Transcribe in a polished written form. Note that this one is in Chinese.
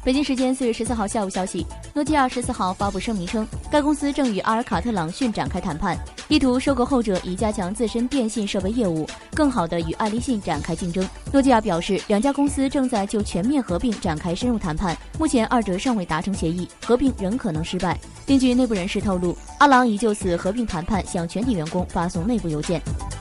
北京时间4月14号下午消息，诺基亚14号发布声明称，该公司正与阿尔卡特朗讯展开谈判，意图收购后者以加强自身电信设备业务，更好地与爱立信展开竞争。诺基亚表示，两家公司正在就全面合并展开深入谈判，目前二者尚未达成协议，合并仍可能失败。另据内部人士透露，阿郎已就此合并谈判向全体员工发送内部邮件。